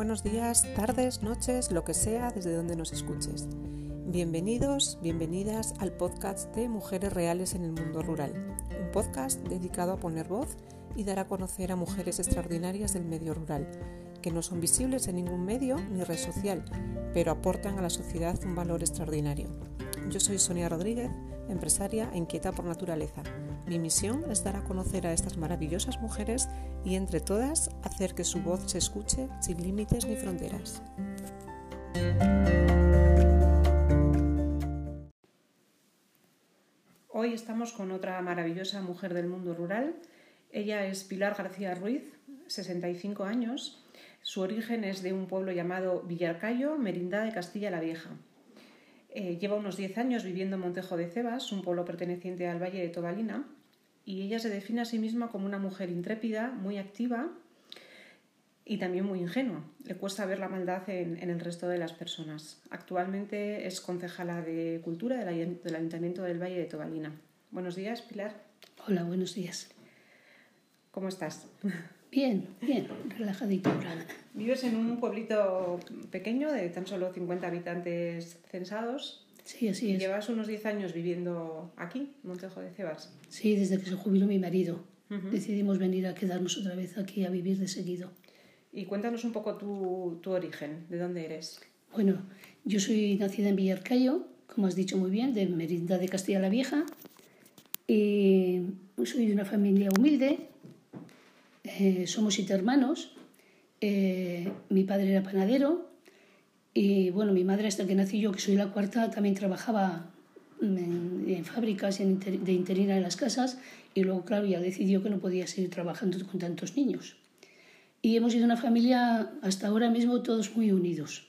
buenos días, tardes, noches, lo que sea, desde donde nos escuches. Bienvenidos, bienvenidas al podcast de Mujeres Reales en el Mundo Rural, un podcast dedicado a poner voz y dar a conocer a mujeres extraordinarias del medio rural, que no son visibles en ningún medio ni red social, pero aportan a la sociedad un valor extraordinario. Yo soy Sonia Rodríguez, empresaria e inquieta por naturaleza. Mi misión es dar a conocer a estas maravillosas mujeres y entre todas hacer que su voz se escuche sin límites ni fronteras. Hoy estamos con otra maravillosa mujer del mundo rural. Ella es Pilar García Ruiz, 65 años. Su origen es de un pueblo llamado Villarcayo, Merindad de Castilla la Vieja. Lleva unos 10 años viviendo en Montejo de Cebas, un pueblo perteneciente al Valle de Tobalina, y ella se define a sí misma como una mujer intrépida, muy activa y también muy ingenua. Le cuesta ver la maldad en el resto de las personas. Actualmente es concejala de Cultura del Ayuntamiento del Valle de Tobalina. Buenos días, Pilar. Hola, buenos días. ¿Cómo estás? Bien, relajadito. Vives en un pueblito pequeño de tan solo 50 habitantes censados. Sí, así es. ¿Llevas unos 10 años viviendo aquí, en Montejo de Cebas? Sí, desde que se jubiló mi marido. Decidimos venir a quedarnos otra vez aquí a vivir de seguido. Y cuéntanos un poco tu origen, ¿de dónde eres? Bueno, yo soy nacida en Villarcayo, como has dicho muy bien, de Merindad de Castilla la Vieja. Y soy de una familia humilde. Somos 7 hermanos. Mi padre era panadero. Y bueno, mi madre, hasta que nací yo, que soy la cuarta, también trabajaba en fábricas de interina en las casas, y luego, claro, ya decidió que no podía seguir trabajando con tantos niños. Y hemos sido una familia, hasta ahora mismo, todos muy unidos.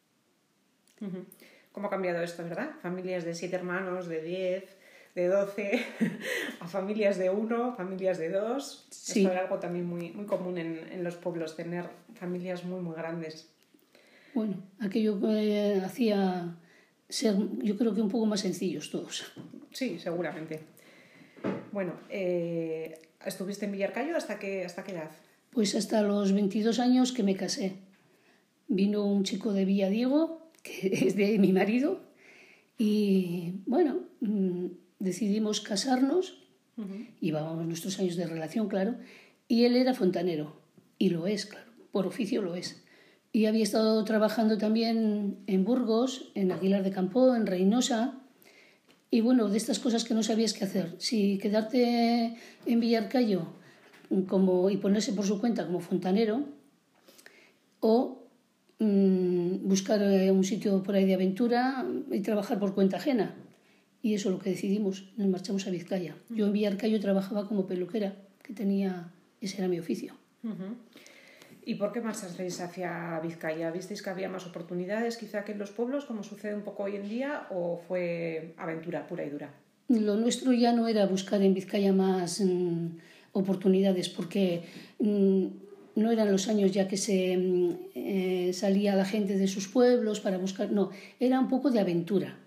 ¿Cómo ha cambiado esto, verdad? Familias de 7 hermanos, de 10, de 12, a familias de 1, familias de 2. Sí. Esto era algo también muy común en los pueblos, tener familias muy grandes. Bueno, aquello hacía ser, yo creo que un poco más sencillos todos. Sí, seguramente. Bueno, ¿estuviste en Villarcayo hasta qué edad? Pues hasta los 22 años que me casé. Vino un chico de Villadiego, que es de mi marido, y bueno, decidimos casarnos. Llevábamos nuestros años de relación, claro, y él era fontanero, y lo es, claro, por oficio lo es. Y había estado trabajando también en Burgos, en Aguilar de Campoo, en Reynosa. Y bueno, de estas cosas que no sabías qué hacer. Si quedarte en Villarcayo y ponerse por su cuenta como fontanero, o buscar un sitio por ahí de aventura y trabajar por cuenta ajena. Y eso es lo que decidimos. Nos marchamos a Vizcaya. Yo en Villarcayo trabajaba como peluquera, ese era mi oficio. ¿Y por qué marchasteis hacia Vizcaya? ¿Visteis que había más oportunidades quizá que en los pueblos, como sucede un poco hoy en día, o fue aventura pura y dura? Lo nuestro ya no era buscar en Vizcaya más oportunidades, porque no eran los años ya que salía la gente de sus pueblos para buscar, no, era un poco de aventura,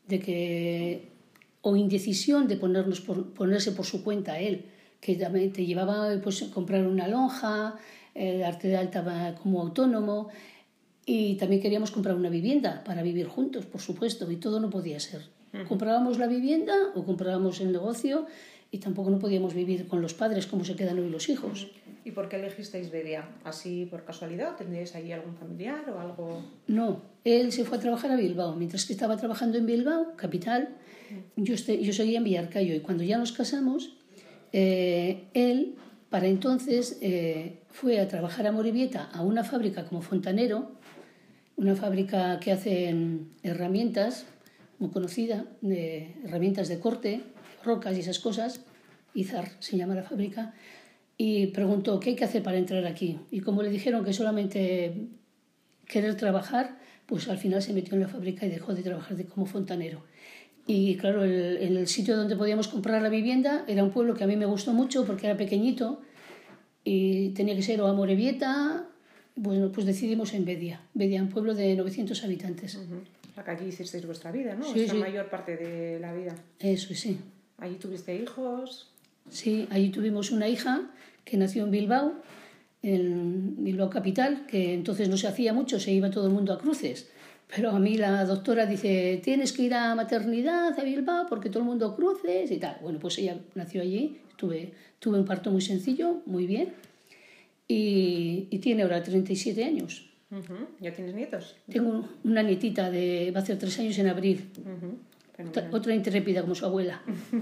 o indecisión de ponerse por su cuenta él, que también te llevaba pues comprar una lonja, darte de alta como autónomo, y también queríamos comprar una vivienda para vivir juntos, por supuesto, y todo no podía ser. Comprábamos la vivienda o comprábamos el negocio, y tampoco no podíamos vivir con los padres como se quedan hoy los hijos. ¿Y por qué elegisteis Bedia? ¿Así por casualidad? ¿Tendríais allí algún familiar o algo? No, él se fue a trabajar a Bilbao. Mientras que estaba trabajando en Bilbao, capital, yo seguía en Villarcayo, y cuando ya nos casamos, él, para entonces, fue a trabajar a Amorebieta a una fábrica como fontanero, una fábrica que hacen herramientas, muy conocida, de herramientas de corte, rocas y esas cosas. Izar se llama la fábrica, y preguntó qué hay que hacer para entrar aquí. Y como le dijeron que solamente querer trabajar, pues al final se metió en la fábrica y dejó de trabajar como fontanero. Y claro, el sitio donde podíamos comprar la vivienda era un pueblo que a mí me gustó mucho porque era pequeñito y tenía que ser o Amorebieta. Bueno, pues decidimos en Bedia, un pueblo de 900 habitantes. La que allí hicisteis vuestra vida, ¿no? Sí, la mayor parte de la vida. Eso, sí. ¿Allí tuviste hijos? Sí, allí tuvimos una hija que nació en Bilbao, en Bilbao Capital, que entonces no se hacía mucho, se iba todo el mundo a cruces. Pero a mí la doctora dice, tienes que ir a maternidad a Bilbao porque todo el mundo cruces y tal. Bueno, pues ella nació allí, tuve un parto muy sencillo, muy bien, y tiene ahora 37 años. ¿Ya tienes nietos? Tengo una nietita, va a hacer 3 años en abril. Otra intrépida como su abuela.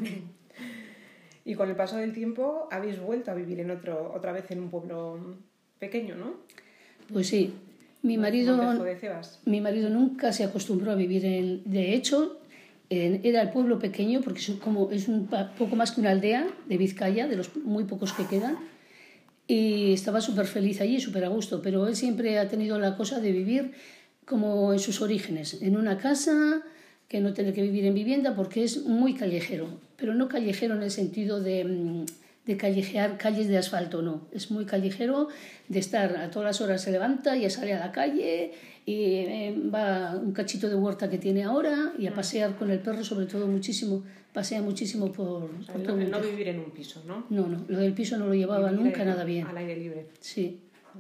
Y con el paso del tiempo habéis vuelto a vivir otra vez en un pueblo pequeño, ¿no? Pues sí. Mi marido nunca se acostumbró a vivir de hecho, era el pueblo pequeño porque es un poco más que una aldea de Vizcaya, de los muy pocos que quedan, y estaba súper feliz allí, súper a gusto, pero él siempre ha tenido la cosa de vivir como en sus orígenes, en una casa, que no tener que vivir en vivienda porque es muy callejero, pero no callejero en el sentido de callejear calles de asfalto, no. Es muy callejero de estar a todas las horas, se levanta, ya sale a la calle y va a un cachito de huerta que tiene ahora y a pasear con el perro, sobre todo muchísimo, pasea muchísimo por todo el mundo. No vivir en un piso, ¿no? No, lo del piso no lo llevaba nunca nada bien. Al aire libre. Sí.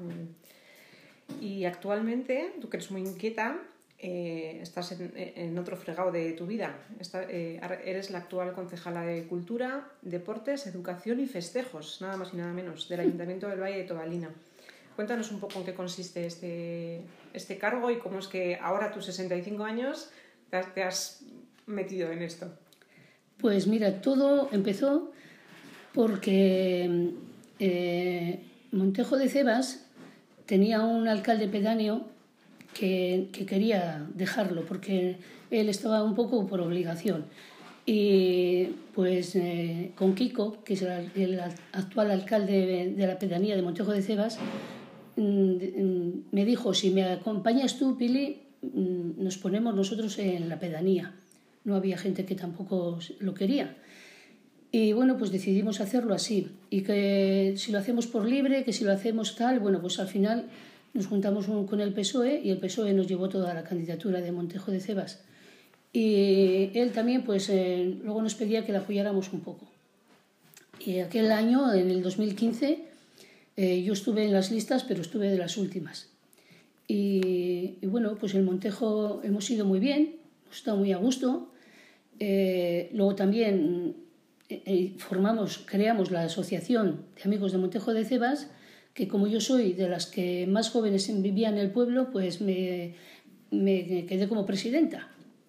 Y actualmente, tú que eres muy inquieta, estás en otro fregado de tu vida. Eres la actual concejala de Cultura, Deportes, Educación y Festejos, nada más y nada menos, del Ayuntamiento del Valle de Tobalina. Cuéntanos un poco en qué consiste este cargo y cómo es que ahora, a tus 65 años, te has metido en esto. Pues mira, todo empezó porque Montejo de Cebas tenía un alcalde pedáneo que quería dejarlo porque él estaba un poco por obligación. Y pues con Kiko, que es el actual alcalde de la pedanía de Montejo de Cebas, me dijo, si me acompañas tú, Pili, nos ponemos nosotros en la pedanía. No había gente que tampoco lo quería. Y bueno, pues decidimos hacerlo así. Y que si lo hacemos por libre, que si lo hacemos tal, bueno, pues al final nos juntamos con el PSOE y el PSOE nos llevó toda la candidatura de Montejo de Cebas. Y él también, pues luego nos pedía que la apoyáramos un poco. Y aquel año, en el 2015, yo estuve en las listas, pero estuve de las últimas. Y bueno, pues el Montejo hemos ido muy bien, hemos estado muy a gusto. Luego también creamos la Asociación de Amigos de Montejo de Cebas, que como yo soy de las que más jóvenes vivían en el pueblo, pues me quedé como presidenta.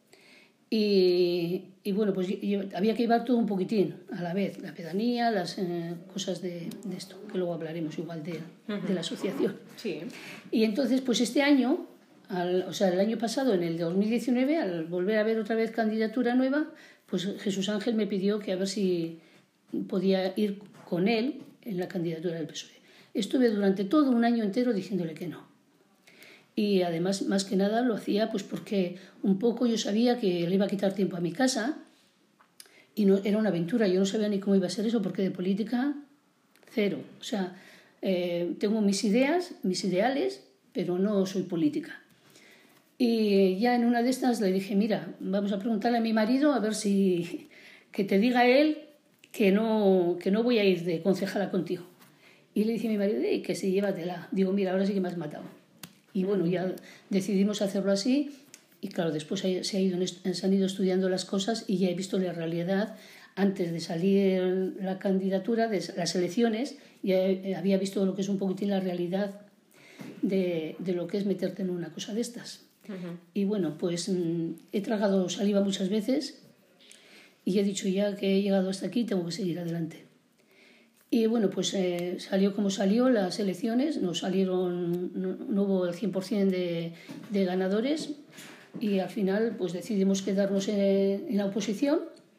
Y bueno, pues yo había que llevar todo un poquitín a la vez, la pedanía, las cosas de esto, que luego hablaremos igual de la asociación. Sí. Y entonces, pues este año, el año pasado, en el 2019, al volver a ver otra vez candidatura nueva, pues Jesús Ángel me pidió que a ver si podía ir con él en la candidatura del PSOE. Estuve durante todo un año entero diciéndole que no. Y además, más que nada, lo hacía pues porque un poco yo sabía que le iba a quitar tiempo a mi casa y no, era una aventura. Yo no sabía ni cómo iba a ser eso porque de política, cero. O sea, tengo mis ideas, mis ideales, pero no soy política. Y ya en una de estas le dije, mira, vamos a preguntarle a mi marido a ver si que te diga él que no voy a ir de concejala contigo. Y le dije a mi marido, que sí, llévatela. Digo, mira, ahora sí que me has matado. Y bueno, ya decidimos hacerlo así y claro, después se han ido estudiando las cosas y ya he visto la realidad. Antes de salir la candidatura, de las elecciones, ya había visto lo que es un poquitín la realidad de lo que es meterte en una cosa de estas. Y bueno, pues he tragado saliva muchas veces y he dicho ya que he llegado hasta aquí, tengo que seguir adelante. Y bueno, pues salió como salió las elecciones, no hubo el 100% de ganadores y al final pues decidimos quedarnos en la oposición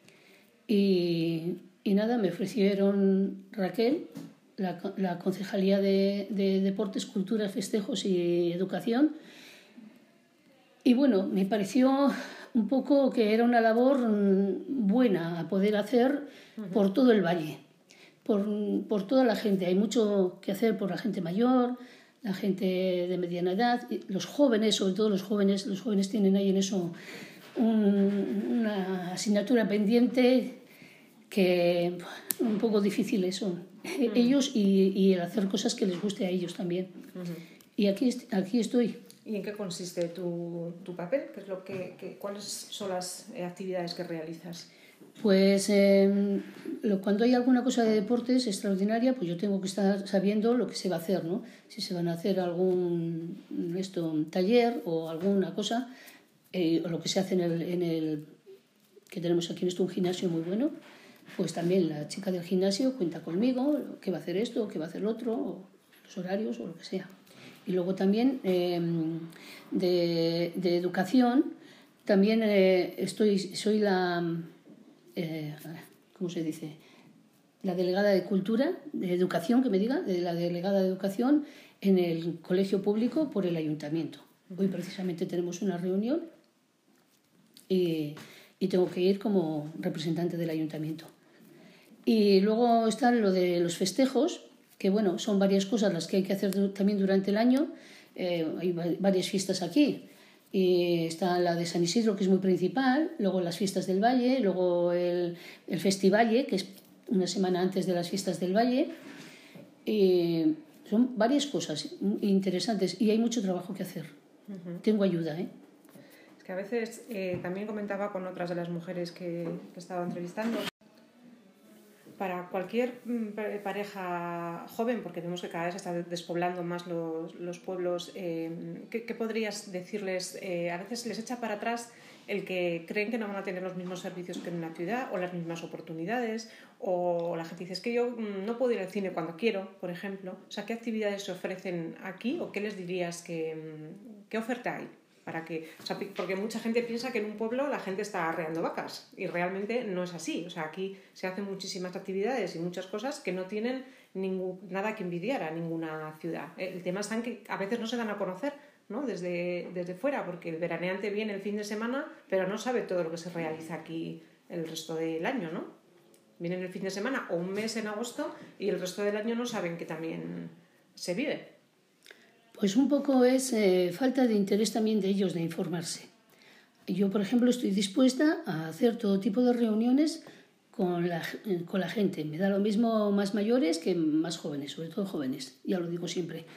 y nada, me ofrecieron Raquel, la concejalía de Deportes, Cultura, Festejos y Educación. Y bueno, me pareció un poco que era una labor buena a poder hacer por todo el valle. Por toda la gente. Hay mucho que hacer por la gente mayor, la gente de mediana edad, los jóvenes, sobre todo los jóvenes tienen ahí en eso una asignatura pendiente que un poco difíciles son. Ellos y el hacer cosas que les guste a ellos también. Y aquí estoy. ¿Y en qué consiste tu papel? ¿Cuáles son las actividades que realizas? Pues cuando hay alguna cosa de deportes extraordinaria, pues yo tengo que estar sabiendo lo que se va a hacer, ¿no? Si se van a hacer algún taller o alguna cosa, o lo que se hace en el que tenemos aquí un gimnasio muy bueno, pues también la chica del gimnasio cuenta conmigo, que va a hacer esto, que va a hacer lo otro, o los horarios o lo que sea. Y luego también de educación, también soy la... ¿cómo se dice? La delegada de cultura, de educación, la delegada de educación en el colegio público por el ayuntamiento. Hoy precisamente tenemos una reunión y tengo que ir como representante del ayuntamiento. Y luego está lo de los festejos, que bueno, son varias cosas las que hay que hacer también durante el año. Hay varias fiestas aquí. Y está la de San Isidro, que es muy principal, luego las fiestas del Valle, luego el Festivalle, que es una semana antes de las fiestas del Valle. Y son varias cosas interesantes y hay mucho trabajo que hacer. Tengo ayuda, ¿eh? Es que a veces, también comentaba con otras de las mujeres que estaba entrevistando, para cualquier pareja joven, porque vemos que cada vez se están despoblando más los pueblos, ¿qué podrías decirles? A veces les echa para atrás el que creen que no van a tener los mismos servicios que en una ciudad o las mismas oportunidades, o la gente dice, es que yo no puedo ir al cine cuando quiero, por ejemplo. O sea, ¿qué actividades se ofrecen aquí o qué les dirías qué oferta hay? Porque mucha gente piensa que en un pueblo la gente está arreando vacas y realmente no es así. O sea, aquí se hacen muchísimas actividades y muchas cosas que no tienen nada que envidiar a ninguna ciudad. El tema es que a veces no se dan a conocer, ¿no? desde fuera, porque el veraneante viene el fin de semana pero no sabe todo lo que se realiza aquí el resto del año, ¿no? Vienen el fin de semana o un mes en agosto y el resto del año no saben que también se vive. Pues un poco es falta de interés también de ellos de informarse. Yo, por ejemplo, estoy dispuesta a hacer todo tipo de reuniones con la gente. Me da lo mismo más mayores que más jóvenes, sobre todo jóvenes, ya lo digo siempre.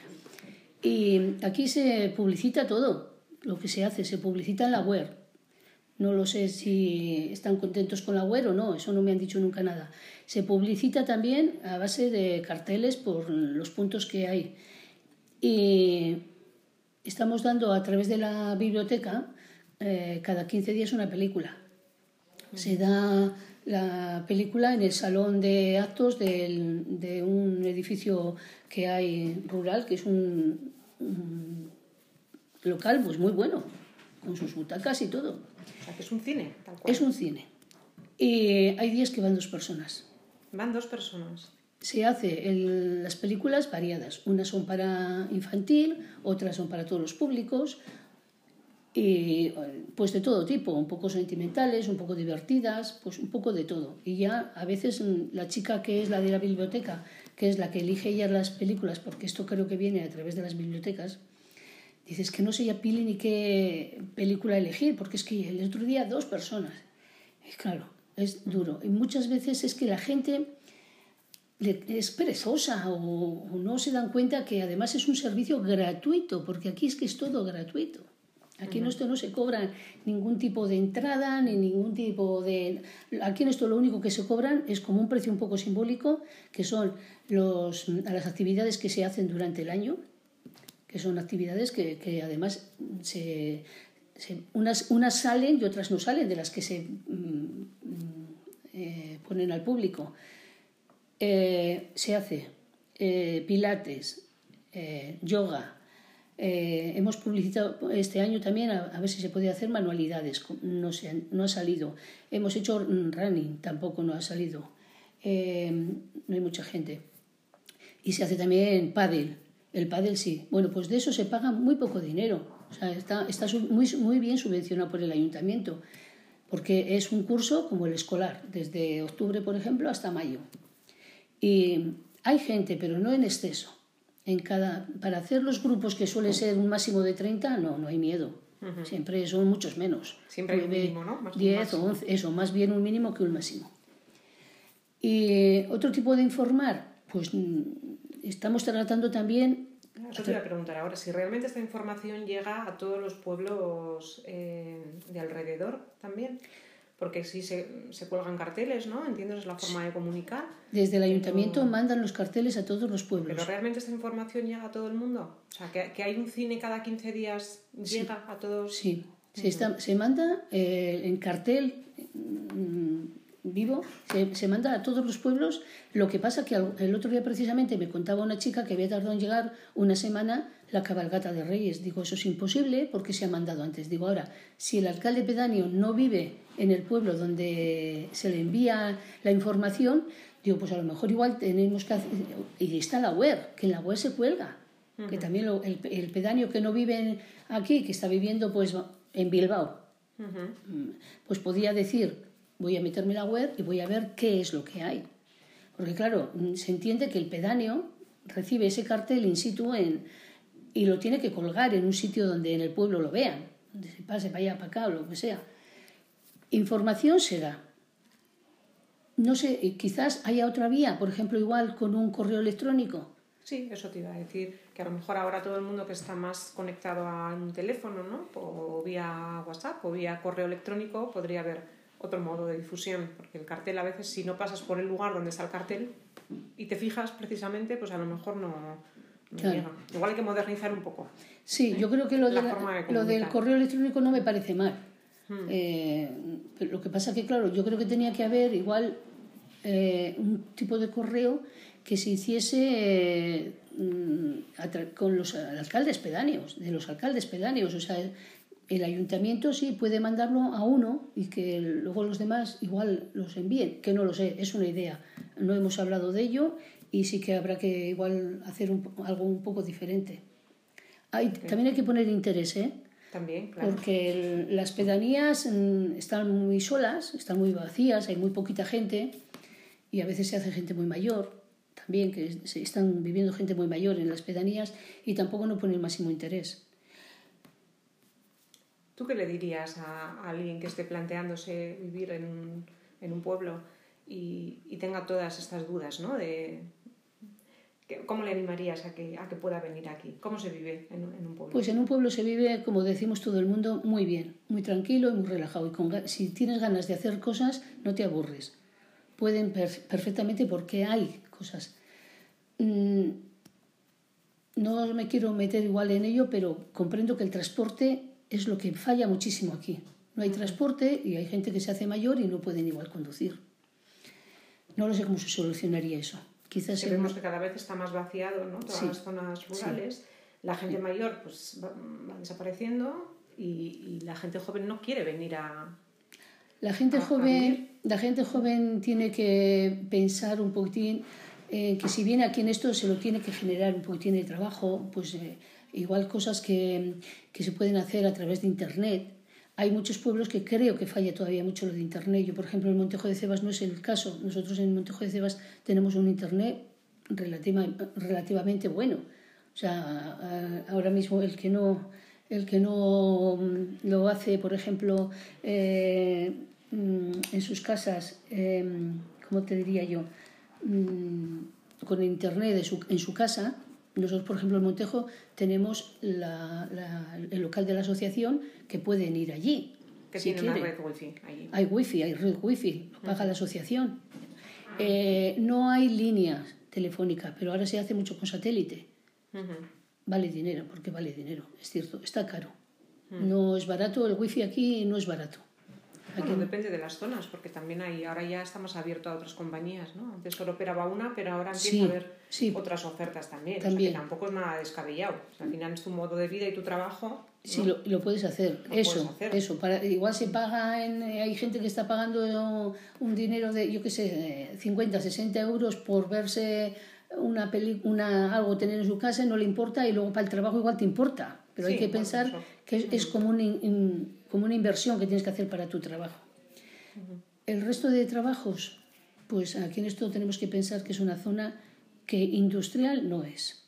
Y aquí se publicita todo lo que se hace, se publicita en la web. No lo sé si están contentos con la web o no, eso no me han dicho nunca nada. Se publicita también a base de carteles por los puntos que hay. Y estamos dando a través de la biblioteca cada 15 días una película. Se da la película en el salón de actos de un edificio que hay rural, que es un local pues muy bueno, con sus butacas y todo. O sea, que es un cine, tal cual. Es un cine. Y hay días que van 2 personas. ¿Van 2 personas? Se hace las películas variadas. Unas son para infantil, otras son para todos los públicos, y pues de todo tipo, un poco sentimentales, un poco divertidas, pues un poco de todo. Y ya a veces la chica que es la de la biblioteca, que es la que elige ella las películas, porque esto creo que viene a través de las bibliotecas, dices que no sé ya Pili ni qué película elegir, porque es que el otro día 2 personas. Y claro, es duro. Y muchas veces es que la gente es perezosa o no se dan cuenta que además es un servicio gratuito, porque aquí es que es todo gratuito. Aquí en esto no se cobra ningún tipo de entrada ni ningún tipo de... Aquí en esto lo único que se cobran es como un precio un poco simbólico, que son las actividades que se hacen durante el año, que son actividades que además unas salen y otras no salen, de las que se ponen al público. Se hace pilates, yoga. Hemos publicitado este año también a ver si se podía hacer manualidades. No ha salido. Hemos hecho running, tampoco no ha salido. No hay mucha gente. Y se hace también pádel. El pádel sí. Bueno, pues de eso se paga muy poco dinero. O sea, está muy bien subvencionado por el ayuntamiento, porque es un curso como el escolar, desde octubre, por ejemplo, hasta mayo. Y hay gente, pero no en exceso. Para hacer los grupos, que suele ser un máximo de 30, no hay miedo. Siempre son muchos menos. Siempre hay un mínimo, ¿no? 10 o 11, eso, más bien un mínimo que un máximo. Y otro tipo de informar, pues estamos tratando también... Eso te iba a preguntar ahora, si realmente esta información llega a todos los pueblos de alrededor también, porque sí se cuelgan carteles, ¿no? Entiendo que es la forma de comunicar. Desde el ayuntamiento mandan los carteles a todos los pueblos. ¿Pero realmente esta información llega a todo el mundo? O sea, que hay un cine cada 15 días, ¿llega a todos? Sí, se manda en cartel vivo, se manda a todos los pueblos. Lo que pasa que el otro día precisamente me contaba una chica que había tardado en llegar una semana la cabalgata de Reyes. Digo, eso es imposible porque se ha mandado antes. Digo, ahora, si el alcalde pedáneo no vive en el pueblo donde se le envía la información, digo, pues a lo mejor igual tenemos que hacer... Y está la web, que en la web se cuelga. Que también el pedáneo que no vive aquí, que está viviendo pues en Bilbao, pues podía decir, voy a meterme en la web y voy a ver qué es lo que hay. Porque claro, se entiende que el pedáneo recibe ese cartel in situ y lo tiene que colgar en un sitio donde en el pueblo lo vean, donde se pase para allá, para acá o lo que sea. Información se da. No sé, quizás haya otra vía, por ejemplo, igual con un correo electrónico. Sí, eso te iba a decir, que a lo mejor ahora todo el mundo que está más conectado a un teléfono, ¿no? O vía WhatsApp o vía correo electrónico, podría haber otro modo de difusión, porque el cartel a veces, si no pasas por el lugar donde está el cartel y te fijas precisamente, pues a lo mejor no llega. Igual hay que modernizar un poco. Sí, yo creo que lo del correo electrónico no me parece mal. Pero lo que pasa que, claro, yo creo que tenía que haber igual un tipo de correo que se hiciese con los alcaldes pedáneos, de los alcaldes pedáneos. O sea, el ayuntamiento sí puede mandarlo a uno y que luego los demás igual los envíen, que no lo sé, es una idea. No hemos hablado de ello y sí que habrá que igual hacer algo un poco diferente. También hay que poner interés, ¿eh? También, claro. Porque las pedanías están muy solas, están muy vacías, hay muy poquita gente y a veces se hace gente muy mayor también, que están viviendo gente muy mayor en las pedanías y tampoco no pone el máximo interés. ¿Tú qué le dirías a alguien que esté planteándose vivir en un pueblo y tenga todas estas dudas, ¿no? ¿Cómo le animarías a que pueda venir aquí? ¿Cómo se vive en un pueblo? Pues en un pueblo se vive, como decimos todo el mundo, muy bien, muy tranquilo y muy relajado. Y si tienes ganas de hacer cosas, no te aburres. Pueden perfectamente porque hay cosas. No me quiero meter igual en ello, pero comprendo que el transporte es lo que falla muchísimo aquí. No hay transporte y hay gente que se hace mayor y no pueden igual conducir. No lo sé cómo se solucionaría eso. Quizás vemos que cada vez está más vaciado, ¿no? Todas las zonas rurales. Sí. La gente mayor pues va desapareciendo y la gente joven no quiere venir a... La gente joven tiene que pensar un poquitín que si viene aquí en esto se lo tiene que generar un poquitín de trabajo, pues igual cosas que se pueden hacer a través de Internet. Hay muchos pueblos que creo que falla todavía mucho lo de Internet. Yo, por ejemplo, en Montejo de Cebas no es el caso. Nosotros en Montejo de Cebas tenemos un Internet relativamente bueno. O sea, ahora mismo el que no lo hace, por ejemplo, en sus casas, ¿cómo te diría yo? Con Internet en su casa. Nosotros, por ejemplo, en Montejo tenemos el local de la asociación que pueden ir allí. Que tiene una red wifi allí. Hay red wifi, lo paga la asociación. No hay línea telefónica, pero ahora se hace mucho con satélite. Vale dinero, porque vale dinero, es cierto, está caro. No es barato, el wifi aquí no es barato. Bueno, depende de las zonas, porque también ahora ya está más abierto a otras compañías, ¿no? Antes solo operaba una, pero ahora empieza a haber otras ofertas también. O sea, que tampoco es nada descabellado. O sea, al final es tu modo de vida y tu trabajo, ¿no? Sí, lo puedes hacer. Eso. Igual se paga, hay gente que está pagando un dinero de, yo qué sé, 50, 60 euros por verse algo tener en su casa y no le importa, y luego para el trabajo igual te importa. Pero hay que pensar que es como una inversión que tienes que hacer para tu trabajo. El resto de trabajos, pues aquí en esto tenemos que pensar que es una zona que industrial no es.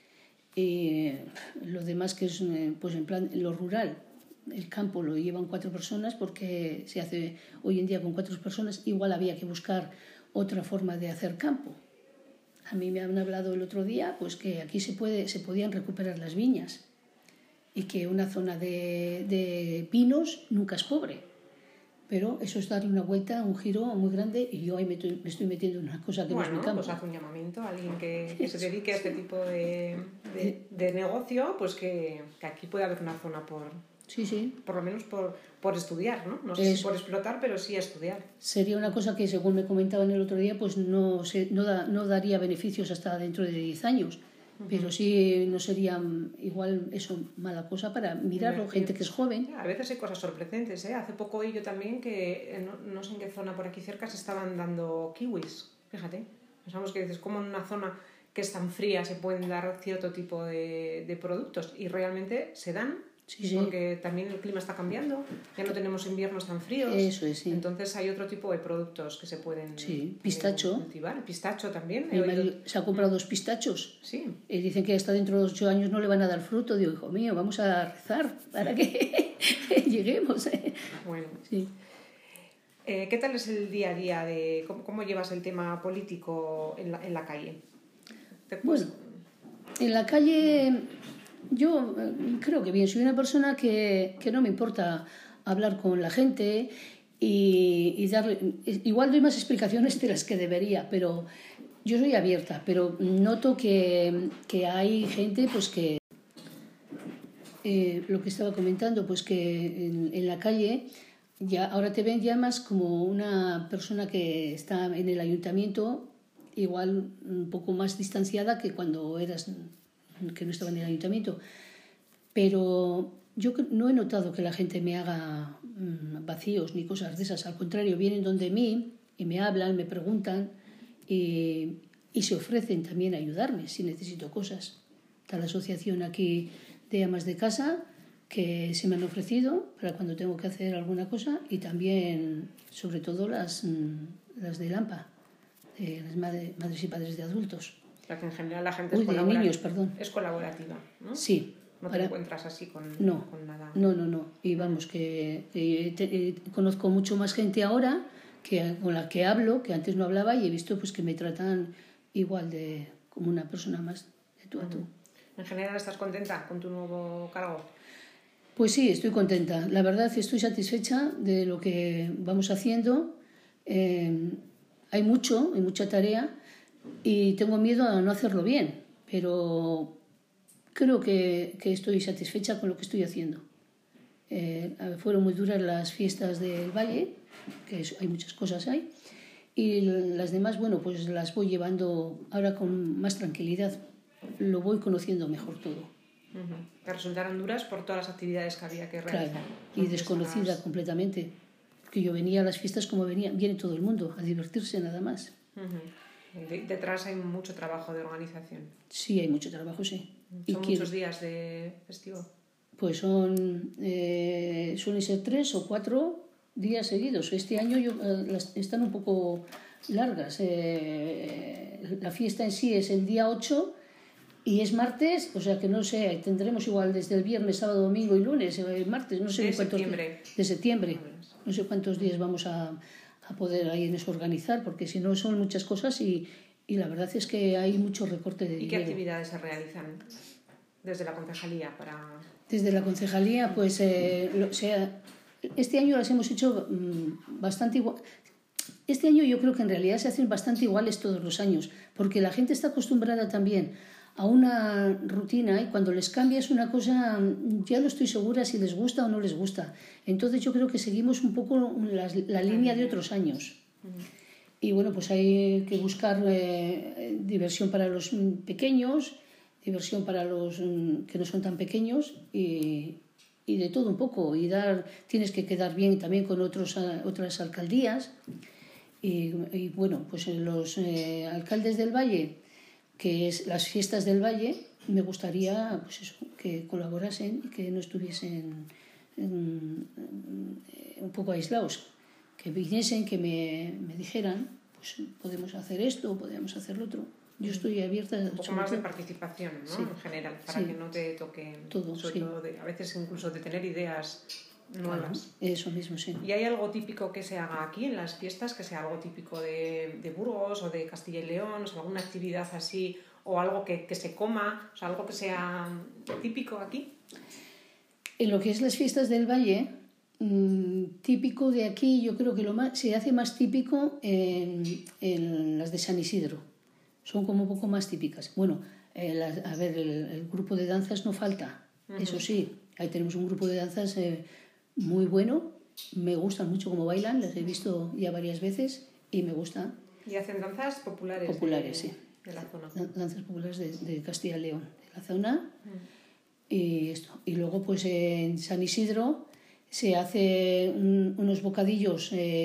Lo demás que es, pues en plan, lo rural, el campo lo llevan 4 personas porque se hace hoy en día con 4 personas. Igual había que buscar otra forma de hacer campo. A mí me han hablado el otro día pues que aquí se podían recuperar las viñas y que una zona de pinos nunca es pobre. Pero eso es darle una vuelta, un giro muy grande, y yo ahí me estoy metiendo en una cosa que no es mi campo. Pues hace un llamamiento a alguien que se dedique a este tipo de negocio, pues que aquí puede haber una zona por lo menos por estudiar, ¿no? No sé si por explotar, pero sí estudiar. Sería una cosa que, según me comentaban el otro día, pues no daría beneficios hasta dentro de 10 años. Pero sí no sería igual eso mala cosa para mirarlo, gente que es joven. A veces hay cosas sorprendentes, ¿eh? Hace poco oí yo también que no sé en qué zona por aquí cerca se estaban dando kiwis, fíjate. Pensamos que dices, ¿cómo en una zona que es tan fría se pueden dar cierto tipo de productos? Y realmente se dan. Sí. Porque también el clima está cambiando, ya no tenemos inviernos tan fríos. Eso es, sí. Entonces hay otro tipo de productos que se pueden pistacho. Cultivar. Pistacho también. Mi marido se ha comprado 2 pistachos. Sí. Y dicen que hasta dentro de los 8 años no le van a dar fruto. Digo, hijo mío, vamos a rezar para que lleguemos. Bueno. Sí. ¿Qué tal es el día a día de cómo llevas el tema político en la calle? Bueno, en la calle yo creo que bien, soy una persona que no me importa hablar con la gente y darle, igual doy más explicaciones de las que debería, pero yo soy abierta, pero noto que hay gente pues que lo que estaba comentando, pues que en la calle ya ahora te ven ya más como una persona que está en el ayuntamiento, igual un poco más distanciada que cuando que no estaba en el ayuntamiento. Pero yo no he notado que la gente me haga vacíos ni cosas de esas. Al contrario, vienen donde mí y me hablan, me preguntan y se ofrecen también a ayudarme si necesito cosas. Está la asociación aquí de amas de casa que se me han ofrecido para cuando tengo que hacer alguna cosa, y también, sobre todo, las de Lampa, las madres y padres de adultos. O sea, que en general la gente de niños, perdón. Es colaborativa, ¿no? Sí. No te encuentras así con nada. No. Y vamos, que conozco mucho más gente ahora con la que hablo, que antes no hablaba, y he visto pues que me tratan igual como una persona más de tú a tú. ¿En general estás contenta con tu nuevo cargo? Pues sí, estoy contenta. La verdad, estoy satisfecha de lo que vamos haciendo. Hay mucha tarea y tengo miedo a no hacerlo bien, pero creo que estoy satisfecha con lo que estoy haciendo. Fueron muy duras las fiestas del Valle, que hay muchas cosas ahí, y las demás, bueno, pues las voy llevando ahora con más tranquilidad. Lo voy conociendo mejor todo. Te resultaron duras por todas las actividades que había que realizar. Claro, y desconocida completamente. Porque yo venía a las fiestas como viene todo el mundo, a divertirse nada más. Detrás hay mucho trabajo de organización. Sí, hay mucho trabajo, sí. ¿Son muchos días de festivo? Pues suelen ser 3 o 4 días seguidos. Este año están un poco largas. La fiesta en sí es el día 8 y es martes, o sea que no sé, tendremos igual desde el viernes, sábado, domingo y lunes, martes, no sé de septiembre. De septiembre. No sé cuántos días vamos a poder ahí en eso organizar, porque si no son muchas cosas y la verdad es que hay mucho recorte de dinero. ¿Y qué actividades se realizan desde la concejalía Desde la concejalía, pues este año las hemos hecho bastante igual. Este año yo creo que en realidad se hacen bastante iguales todos los años, porque la gente está acostumbrada también a una rutina y cuando les cambias una cosa ya no estoy segura si les gusta o no les gusta. Entonces yo creo que seguimos un poco la línea de otros años. Y bueno, pues hay que buscar diversión para los pequeños, diversión para los que no son tan pequeños y de todo un poco. Y tienes que quedar bien también con otras alcaldías. Y bueno, pues los alcaldes del Valle, que es las fiestas del Valle, me gustaría pues eso, que colaborasen y que no estuviesen un poco aislados, que viniesen, que me dijeran, pues podemos hacer esto, podemos hacer lo otro. Yo estoy abierta un poco más de participación, ¿no? Sí. En general, para que no te toque todo, sobre todo a veces incluso de tener ideas nuevas. Claro, eso mismo, sí. ¿Y hay algo típico que se haga aquí en las fiestas, que sea algo típico de Burgos o de Castilla y León? O sea, alguna actividad así, o algo que se coma, o sea, algo que sea típico aquí. En lo que es las fiestas del Valle, típico de aquí, yo creo que se hace más típico en las de San Isidro. Son como un poco más típicas. Bueno, a ver, el grupo de danzas no falta, eso sí. Ahí tenemos un grupo de danzas muy bueno. Me gustan mucho cómo bailan, las he visto ya varias veces y me gusta. ¿Y hacen danzas populares? Populares, sí. De la zona. Danzas populares de Castilla y León, de la zona. Y esto. Y luego, pues en San Isidro se hace unos bocadillos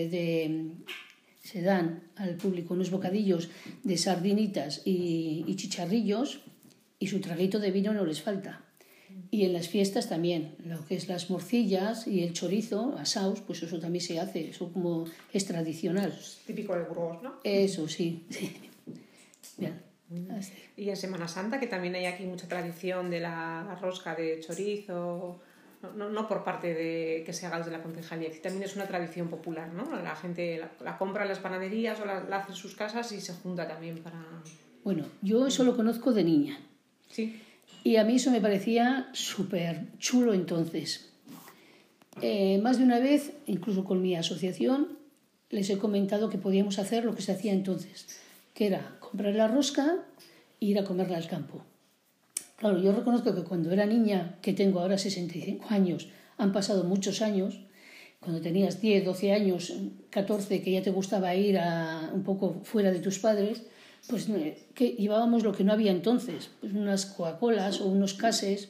se dan al público unos bocadillos de sardinitas y chicharrillos, y su traguito de vino no les falta. Y en las fiestas también, lo que es las morcillas y el chorizo, asaos, pues eso también se hace, eso como es tradicional. Es típico de Burgos, ¿no? Eso sí. Bien. Así. Y en Semana Santa, que también hay aquí mucha tradición de la rosca de chorizo, no por parte de que se haga desde la concejalía, que también es una tradición popular, ¿no? La gente la compra en las panaderías o la hace en sus casas y se junta también para... Bueno, yo eso lo conozco de niña. Sí. Y a mí eso me parecía súper chulo entonces. Más de una vez, incluso con mi asociación, les he comentado que podíamos hacer lo que se hacía entonces, que era comprar la rosca e ir a comerla al campo. Claro, yo reconozco que cuando era niña, que tengo ahora 65 años, han pasado muchos años, cuando tenías 10, 12 años, 14, que ya te gustaba ir un poco fuera de tus padres, pues que llevábamos lo que no había entonces, pues unas Coca-Colas o unos cases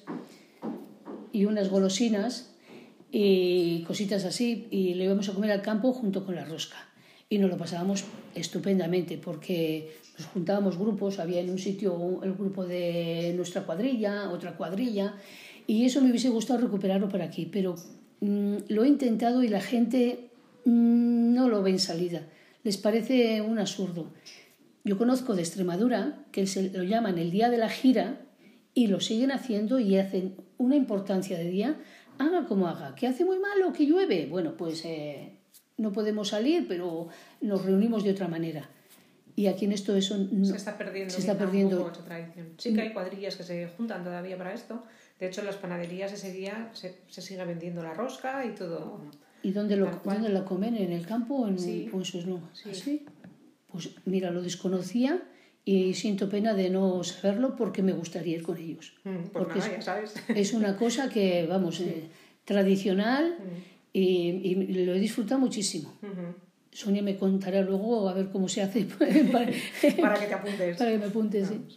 y unas golosinas y cositas así, y le íbamos a comer al campo junto con la rosca. Y nos lo pasábamos estupendamente porque nos juntábamos grupos, había en un sitio el grupo de nuestra cuadrilla, otra cuadrilla, y eso me hubiese gustado recuperarlo por aquí, pero lo he intentado y la gente no lo ve en salida, les parece un absurdo. Yo conozco de Extremadura que lo llaman el día de la gira y lo siguen haciendo y hacen una importancia de día, haga como haga, que hace muy malo, que llueve, bueno, pues no podemos salir, pero nos reunimos de otra manera. Y aquí en esto eso no, se está perdiendo un poco esa tradición. Sí que hay cuadrillas que se juntan todavía para esto. De hecho, en las panaderías ese día se sigue vendiendo la rosca y todo. ¿Y dónde la comen? ¿En el campo o en sus lomas? Sí. ¿Así? Pues mira, lo desconocía y siento pena de no saberlo porque me gustaría ir con ellos. Pues porque nada, ya sabes. Es una cosa que, vamos, tradicional y lo he disfrutado muchísimo. Sonia me contará luego a ver cómo se hace para que te apuntes. Para que me apuntes, sí.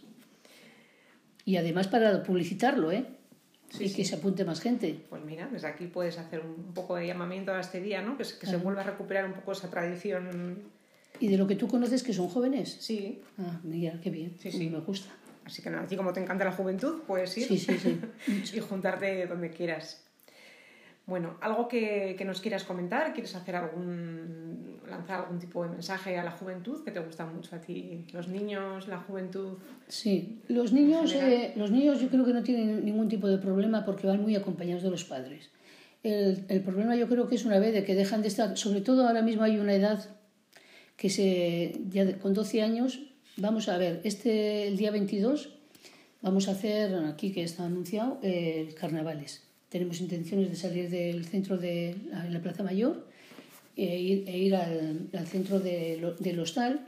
Y además para publicitarlo, ¿eh? Sí, y que se apunte más gente. Pues mira, desde aquí puedes hacer un poco de llamamiento a este día, ¿no? Que se vuelva a recuperar un poco esa tradición. ¿Y de lo que tú conoces que son jóvenes? Sí. Ah, mira, qué bien. Sí. Me gusta. Así que nada, así como te encanta la juventud, puedes ir sí. y juntarte donde quieras. Bueno, algo que nos quieras comentar, ¿quieres hacer lanzar algún tipo de mensaje a la juventud que te gusta mucho a ti? Los niños, la juventud. Sí, los niños yo creo que no tienen ningún tipo de problema porque van muy acompañados de los padres. El problema yo creo que es una vez de que dejan de estar, sobre todo ahora mismo hay una edad que con 12 años, vamos a ver, el día 22 vamos a hacer, aquí que está anunciado, carnavales. Tenemos intenciones de salir del centro de la Plaza Mayor e ir al centro del hostal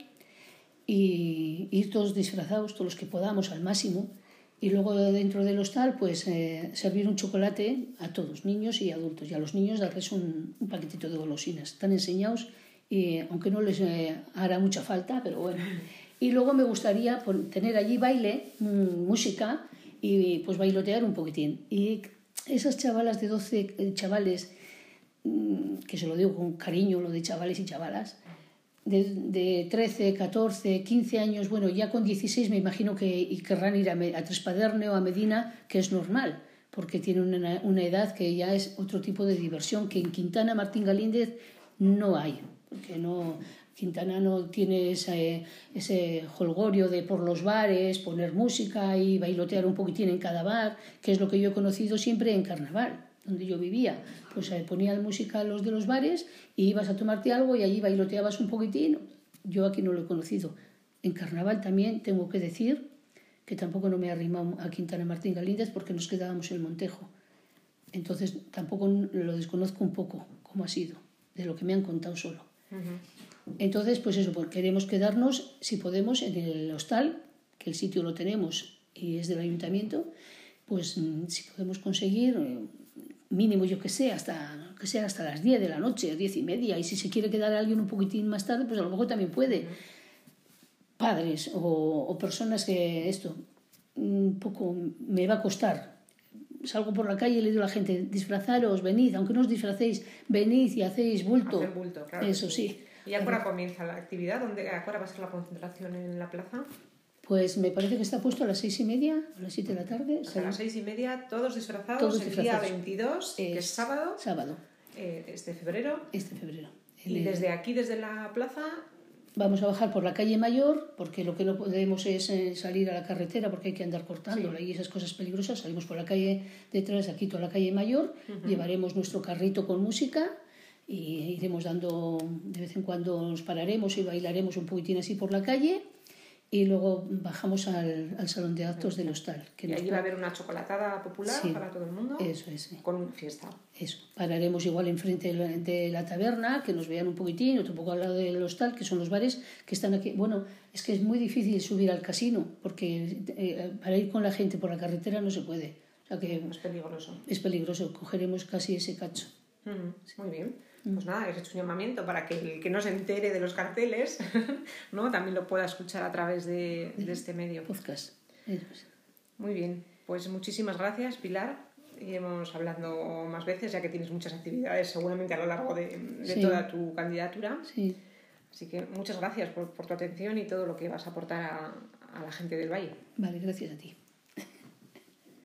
y ir todos disfrazados, todos los que podamos al máximo, y luego dentro del hostal pues servir un chocolate a todos, niños y adultos, y a los niños darles un paquetito de golosinas. Están enseñados, y aunque no les hará mucha falta, pero bueno. Y luego me gustaría tener allí baile, música y pues bailotear un poquitín. Y esas chavalas de 12 chavales, que se lo digo con cariño, lo de chavales y chavalas, de 13, 14, 15 años, bueno, ya con 16 me imagino que querrán ir a Trespaderne o a Medina, que es normal, porque tienen una edad que ya es otro tipo de diversión que en Quintana Martín Galíndez no hay, porque Quintana no tiene ese jolgorio de por los bares, poner música y bailotear un poquitín en cada bar, que es lo que yo he conocido siempre en carnaval. donde yo vivía, pues ponían música a los de los bares y ibas a tomarte algo y allí bailoteabas un poquitín. Yo aquí no lo he conocido. En carnaval también tengo que decir que tampoco no me he arrimado a Quintana Martín Galíndez porque nos quedábamos en el Montejo. Entonces tampoco lo desconozco un poco cómo ha sido, de lo que me han contado solo. Entonces, pues eso, pues queremos quedarnos, si podemos, en el hostal, que el sitio lo tenemos y es del ayuntamiento, pues si podemos conseguir mínimo, yo que sé, hasta las 10 de la noche, 10:30, y si se quiere quedar alguien un poquitín más tarde, pues a lo mejor también puede. Padres o personas que esto un poco me va a costar. Salgo por la calle y le digo a la gente, disfrazaros, venid, aunque no os disfracéis, venid y hacéis bulto. Hacer bulto, claro. Eso sí. ¿Y a qué hora comienza la actividad? ¿A qué hora va a ser la concentración en la plaza? Pues me parece que está puesto a las 6:30, a las 7 de la tarde. A las 6:30, todos disfrazados, el día 22, que es sábado. Sábado. Este febrero. Este febrero. Y desde aquí, desde la plaza... Vamos a bajar por la calle Mayor, porque lo que no podemos es salir a la carretera porque hay que andar cortándola y esas cosas peligrosas. Salimos por la calle detrás, aquí toda la calle Mayor, llevaremos nuestro carrito con música y iremos dando, de vez en cuando nos pararemos y bailaremos un poquitín así por la calle y luego bajamos al salón de actos del hostal. Y allí va a haber una chocolatada popular para todo el mundo. Eso es. Con fiesta. Eso. Pararemos igual enfrente de la taberna, que nos vean un poquitín, otro poco al lado del hostal, que son los bares que están aquí. Bueno, es que es muy difícil subir al casino, porque para ir con la gente por la carretera no se puede. O sea que es peligroso. Es peligroso, cogeremos casi ese cacho. Muy bien. Pues nada, he hecho un llamamiento para que el que no se entere de los carteles ¿no? también lo pueda escuchar a través de este medio. Podcast. Muy bien, pues muchísimas gracias, Pilar. Iremos hablando más veces, ya que tienes muchas actividades seguramente a lo largo de toda tu candidatura. Sí. Así que muchas gracias por tu atención y todo lo que vas a aportar a la gente del Valle. Vale, gracias a ti.